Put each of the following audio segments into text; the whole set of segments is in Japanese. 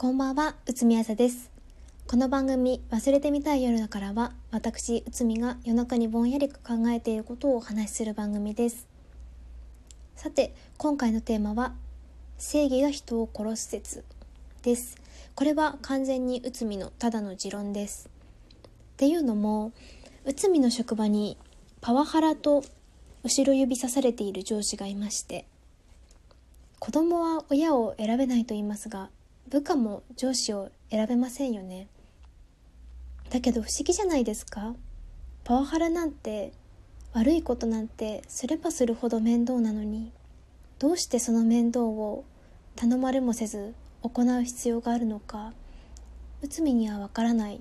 こんばんは、内海あさです。この番組忘れてみたい夜だからは、私内海が夜中にぼんやり考えていることをお話しする番組です。さて、今回のテーマは正義が人を殺す説です。これは完全に内海のただの持論です。っていうのも、内海の職場にパワハラと後ろ指さされている上司がいまして、子供は親を選べないと言いますが、部下も上司を選べませんよね。だけど不思議じゃないですか？パワハラなんて悪いことなんてすればするほど面倒なのに、どうしてその面倒を頼まれもせず行う必要があるのか、内海にはわからない。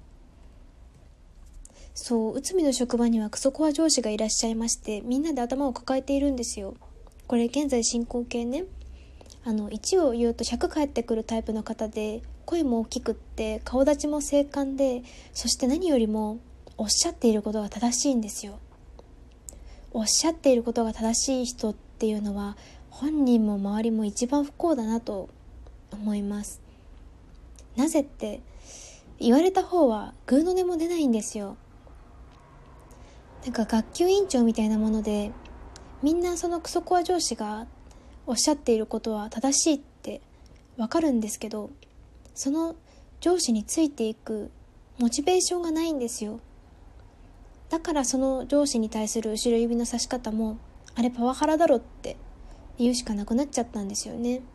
そう、内海の職場にはクソコア上司がいらっしゃいまして、みんなで頭を抱えているんですよ。これ現在進行形ね。1を言うと100返ってくるタイプの方で、声も大きくって顔立ちも精悍で、そして何よりもおっしゃっていることが正しいんですよ。おっしゃっていることが正しい人っていうのは、本人も周りも一番不幸だなと思います。なぜって、言われた方はグーの音も出ないんですよ。なんか学級委員長みたいなもので、みんなそのクソコア上司がおっしゃっていることは正しいってわかるんですけど、その上司についていくモチベーションがないんですよ。だからその上司に対する後ろ指の差し方も、あれパワハラだろって言うしかなくなっちゃったんですよね。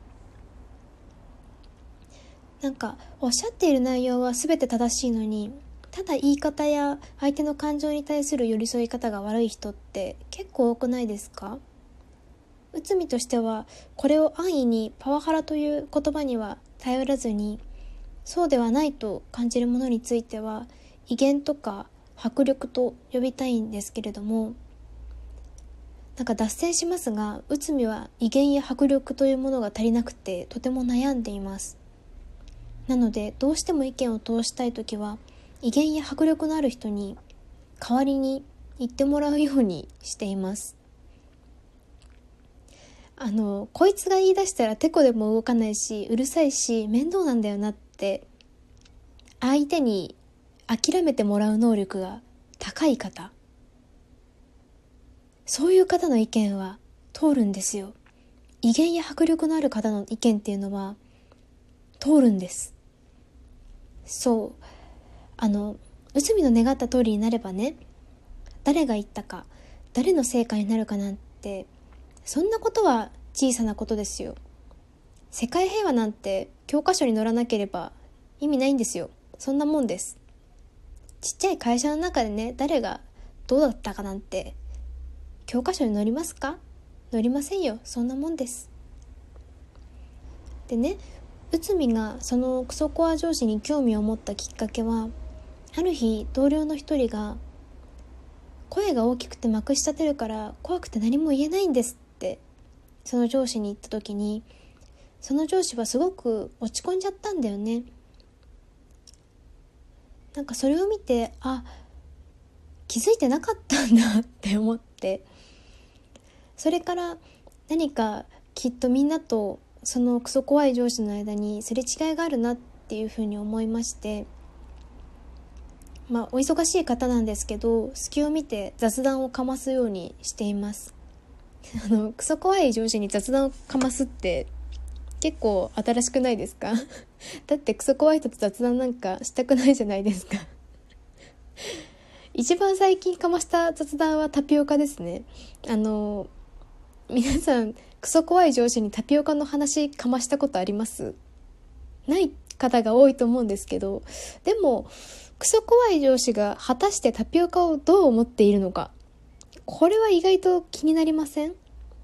なんかおっしゃっている内容は全て正しいのに、ただ言い方や相手の感情に対する寄り添い方が悪い人って結構多くないですか？内海としては、これを安易にパワハラという言葉には頼らずに、そうではないと感じるものについては威厳とか迫力と呼びたいんですけれども、なんか脱線しますが、内海は威厳や迫力というものが足りなくて、とても悩んでいます。なので、どうしても意見を通したいときは、威厳や迫力のある人に代わりに言ってもらうようにしています。こいつが言い出したらテコでも動かないし、うるさいし、面倒なんだよなって、相手に諦めてもらう能力が高い方、そういう方の意見は通るんですよ。威厳や迫力のある方の意見っていうのは通るんです。そう、内海の願った通りになればね、誰が言ったか、誰の成果になるかなんて、そんなことは小さなことですよ。世界平和なんて教科書に載らなければ意味ないんですよ。そんなもんです。ちっちゃい会社の中でね、誰がどうだったかなんて教科書に載りますか？載りませんよ。そんなもんです。でね、内海がそのクソコア上司に興味を持ったきっかけは、ある日同僚の一人が、声が大きくてまくし立てるから怖くて何も言えないんですってその上司に言った時に、その上司はすごく落ち込んじゃったんだよね。なんかそれを見て、気づいてなかったんだって思って、それから何かきっとみんなとそのクソ怖い上司の間にすれ違いがあるなっていうふうに思いまして、お忙しい方なんですけど、隙を見て雑談をかますようにしています。クソ怖い上司に雑談をかますって結構新しくないですか？だってクソ怖い人と雑談なんかしたくないじゃないですか。一番最近かました雑談はタピオカですね。皆さんクソ怖い上司にタピオカの話かましたことあります？ない方が多いと思うんですけど、でもクソ怖い上司が果たしてタピオカをどう思っているのか、これは意外と気になりません？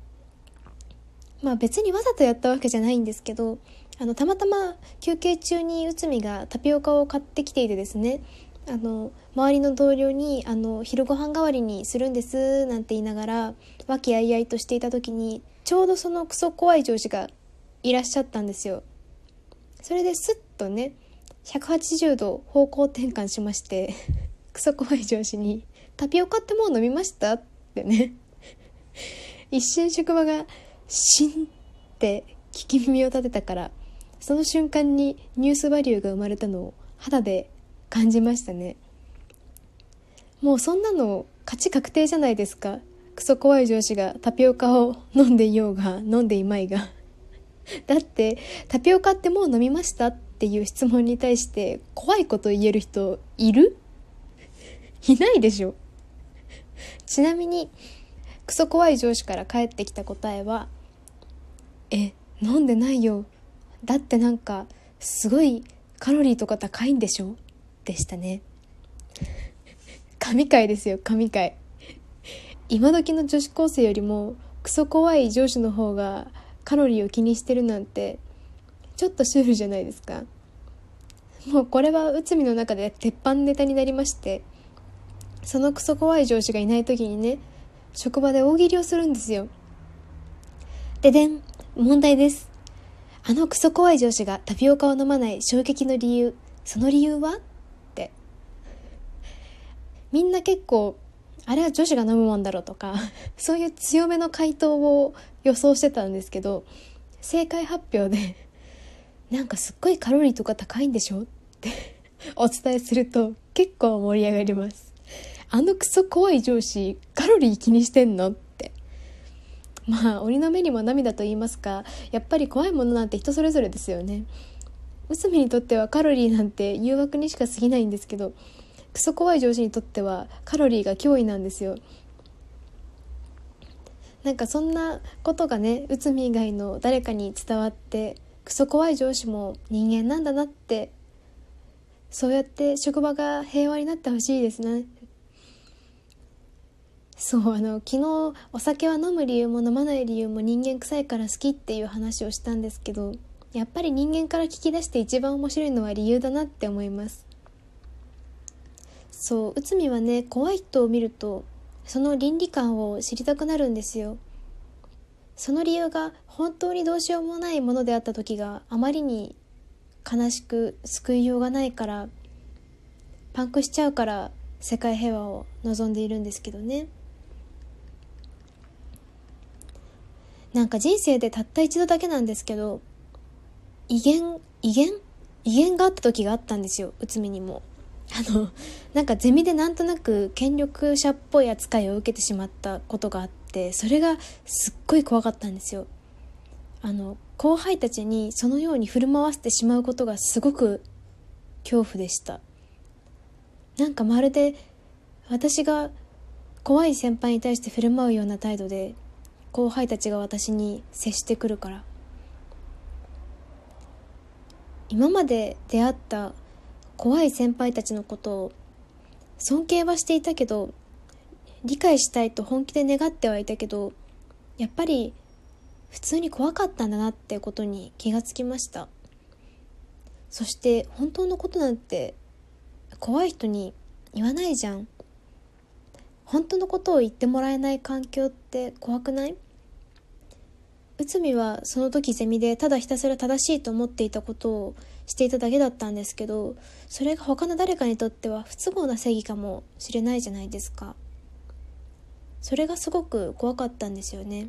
別にわざとやったわけじゃないんですけど、たまたま休憩中に内海がタピオカを買ってきていてですね、周りの同僚に昼ご飯代わりにするんですなんて言いながら和気あいあいとしていた時に、ちょうどそのクソ怖い上司がいらっしゃったんですよ。それでスッとね、180度方向転換しましてクソ怖い上司に、タピオカってもう飲みましたってね、一瞬職場がシンって聞き耳を立てたから、 その瞬間にニュースバリューが生まれたのを肌で感じましたね。もうそんなの勝ち確定じゃないですか。クソ怖い上司がタピオカを飲んでいようが飲んでいまいがだってタピオカってもう飲みましたっていう質問に対して怖いこと言える人いる？いないでしょ。ちなみにクソ怖い上司から返ってきた答えは、飲んでないよ、だってなんかすごいカロリーとか高いんでしょでしたね。神回ですよ、神回。今時の女子高生よりもクソ怖い上司の方がカロリーを気にしてるなんてちょっとシュールじゃないですか。もうこれは内海の中で鉄板ネタになりまして、そのクソ怖い上司がいない時にね、職場で大喜利をするんですよ。ででん、問題です。あのクソ怖い上司がタピオカを飲まない衝撃の理由、その理由は？って。みんな結構あれは女子が飲むもんだろうとかそういう強めの回答を予想してたんですけど、正解発表でなんかすっごいカロリーとか高いんでしょってお伝えすると結構盛り上がります。あのクソ怖い上司カロリー気にしてんのって。まあ鬼の目にも涙と言いますか、やっぱり怖いものなんて人それぞれですよね。内海にとってはカロリーなんて誘惑にしか過ぎないんですけど、クソ怖い上司にとってはカロリーが脅威なんですよ。なんかそんなことがね、内海以外の誰かに伝わって、クソ怖い上司も人間なんだなって、そうやって職場が平和になってほしいですね。そう、昨日お酒は飲む理由も飲まない理由も人間臭いから好きっていう話をしたんですけど、やっぱり人間から聞き出して一番面白いのは理由だなって思います。そう、内海はね、怖い人を見るとその倫理観を知りたくなるんですよ。その理由が本当にどうしようもないものであった時があまりに悲しく救いようがないから、パンクしちゃうから世界平和を望んでいるんですけどね。なんか人生でたった一度だけなんですけど、威厳があった時があったんですよ、内海にも。なんかゼミでなんとなく権力者っぽい扱いを受けてしまったことがあって、それがすっごい怖かったんですよ。後輩たちにそのように振る舞わせてしまうことがすごく恐怖でした。なんかまるで私が怖い先輩に対して振る舞うような態度で後輩たちが私に接してくるから。今まで出会った怖い先輩たちのことを尊敬はしていたけど、理解したいと本気で願ってはいたけど、やっぱり普通に怖かったんだなってことに気がつきました。そして本当のことなんて怖い人に言わないじゃん。本当のことを言ってもらえない環境って怖くない？内海はその時ゼミでただひたすら正しいと思っていたことをしていただけだったんですけど、それが他の誰かにとっては不都合な正義かもしれないじゃないですか。それがすごく怖かったんですよね。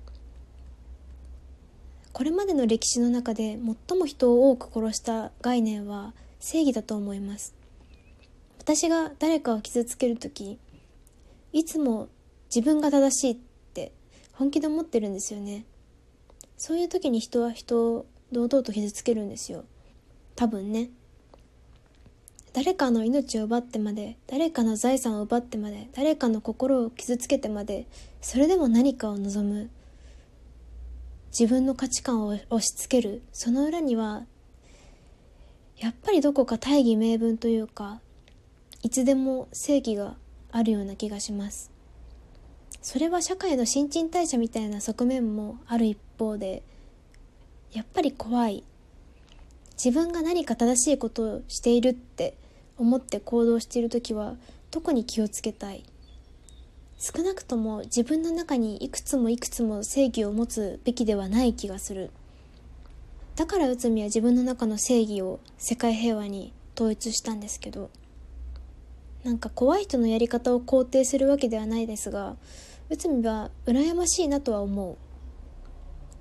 これまでの歴史の中で最も人を多く殺した概念は正義だと思います。私が誰かを傷つけるとき、いつも自分が正しいって本気で思ってるんですよね。そういう時に人は人を堂々と傷つけるんですよ、多分ね。誰かの命を奪ってまで、誰かの財産を奪ってまで、誰かの心を傷つけてまで、それでも何かを望む、自分の価値観を押し付ける、その裏にはやっぱりどこか大義名分というか、いつでも正義があるような気がします。それは社会の新陳代謝みたいな側面もある一方で、やっぱり怖い。自分が何か正しいことをしているって思って行動しているときは特に気をつけたい。少なくとも自分の中にいくつも正義を持つべきではない気がする。だから内海は自分の中の正義を世界平和に統一したんですけど、なんか怖い人のやり方を肯定するわけではないですが、内海は羨ましいなとは思う。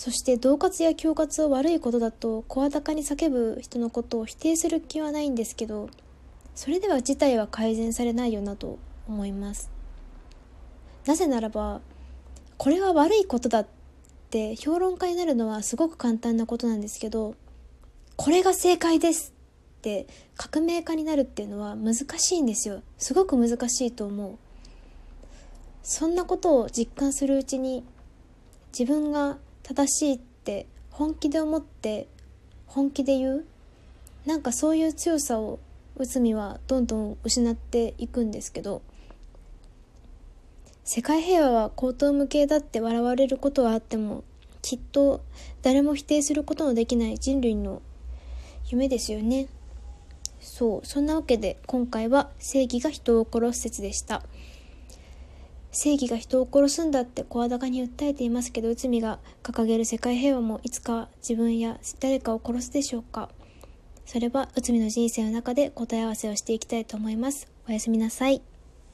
そして恫喝や恐喝を悪いことだと声高に叫ぶ人のことを否定する気はないんですけど、それでは事態は改善されないよなと思います。なぜならば、これは悪いことだって評論家になるのはすごく簡単なことなんですけど、これが正解ですって革命家になるっていうのは難しいんですよ。すごく難しいと思う。そんなことを実感するうちに、自分が正しいって本気で思って本気で言う、なんかそういう強さを内海はどんどん失っていくんですけど、世界平和は荒唐無稽だって笑われることはあっても、きっと誰も否定することのできない人類の夢ですよね。そんなわけで今回は正義が人を殺す説でした。正義が人を殺すんだって声高に訴えていますけど、内海が掲げる世界平和もいつか自分や誰かを殺すでしょうか。それは内海の人生の中で答え合わせをしていきたいと思います。おやすみなさい。